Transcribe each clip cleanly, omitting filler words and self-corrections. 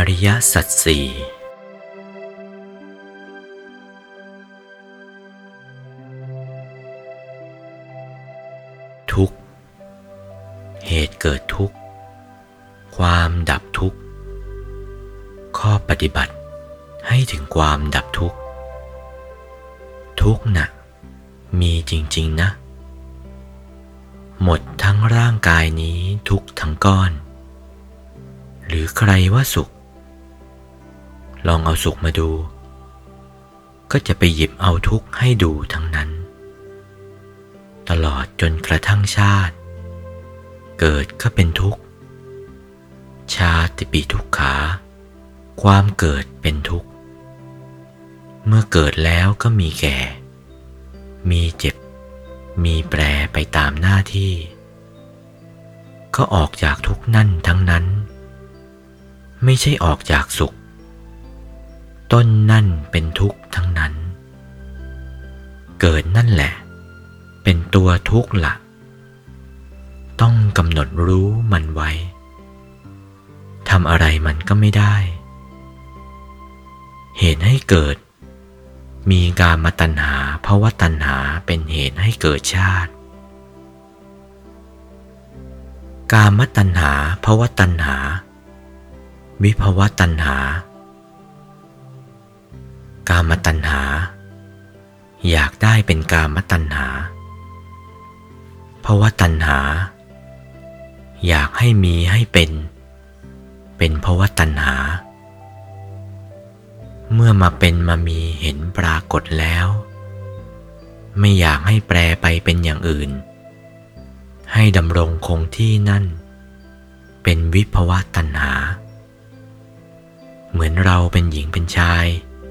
ริยสัจสี่ทุกข์เหตุเกิดทุกข์ความดับทุกข์ข้อปฏิบัติให้ถึงความดับทุกข์ทุกข์น่ะมีจริงๆนะหมดทั้งร่างกายนี้ทุกข์ทั้งก้อนหรือใครว่าสุขลองเอาสุขมาดูก็จะไปหยิบเอาทุกข์ให้ดูทั้งนั้นตลอดจนกระทั่งชาติเกิดก็เป็นทุกข์ชาติปิทุกขาความเกิดเป็นทุกข์เมื่อเกิดแล้วก็มีแก่มีเจ็บมีแปรไปตามหน้าที่ก็ออกจากทุกข์นั่นทั้งนั้นไม่ใช่ออกจากสุขต้นนั่นเป็นทุกข์ทั้งนั้นเกิดนั่นแหละเป็นตัวทุกข์ละต้องกำหนดรู้มันไว้ทำอะไรมันก็ไม่ได้เหตุให้เกิดมีกามตัณหาภวตัณหาเป็นเหตุให้เกิดชาติกามตัณหาภวตัณหาวิภวตัณหากามตัณหาอยากได้เป็นกามตัณหาภวตัณหาอยากให้มีให้เป็นภวตัณหาเมื่อมาเป็นมามีเห็นปรากฏแล้วไม่อยากให้แปรไปเป็นอย่างอื่นให้ดำรงคงที่นั่นเป็นวิภวตัณหาเหมือนเราเป็นหญิงเป็นชาย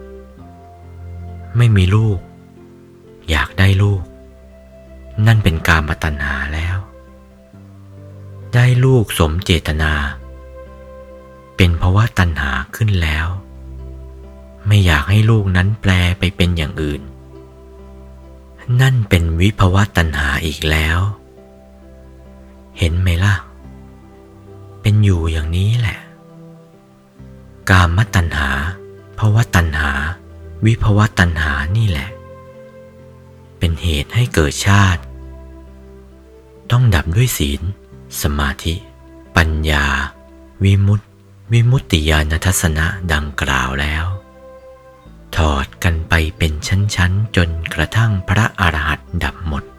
ไม่มีลูกอยากได้ลูกนั่นเป็นกามตัณหาแล้วได้ลูกสมเจตนาเป็นภวตัณหาขึ้นแล้วไม่อยากให้ลูกนั้นแปลไปเป็นอย่างอื่นนั่นเป็นวิภวตัณหาอีกแล้วเห็นไหมล่ะเป็นอยู่อย่างนี้แหละกามตัณหาภวตัณหาวิภวตัณหานี่แหละเป็นเหตุให้เกิดชาติต้องดับด้วยศีลสมาธิปัญญาวิมุตติญาณทัสสนะดังกล่าวแล้วถอดกันไปเป็นชั้นๆจนกระทั่งพระอรหันต์ดับหมด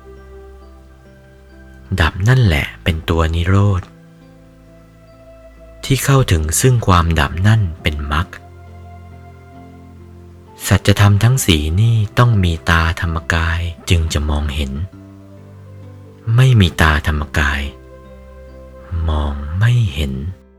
ดับนั่นแหละเป็นตัวนิโรธที่เข้าถึงซึ่งความดับนั่นเป็นมรรคสัจธรรมทั้งสี่นี่ต้องมีตาธรรมกายจึงจะมองเห็นไม่มีตาธรรมกายมองไม่เห็น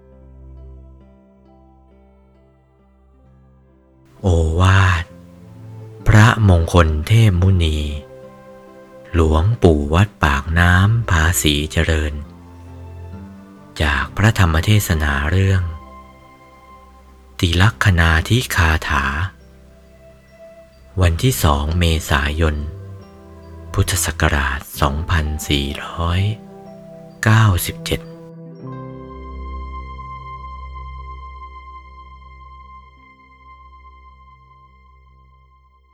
โอวาทพระมงคลเทพมุนีหลวงปู่วัดปากน้ำภาษีเจริญจากพระธรรมเทศนาเรื่องติลักขณาธิคาถาวันที่2 เมษายน พุทธศักราช 2497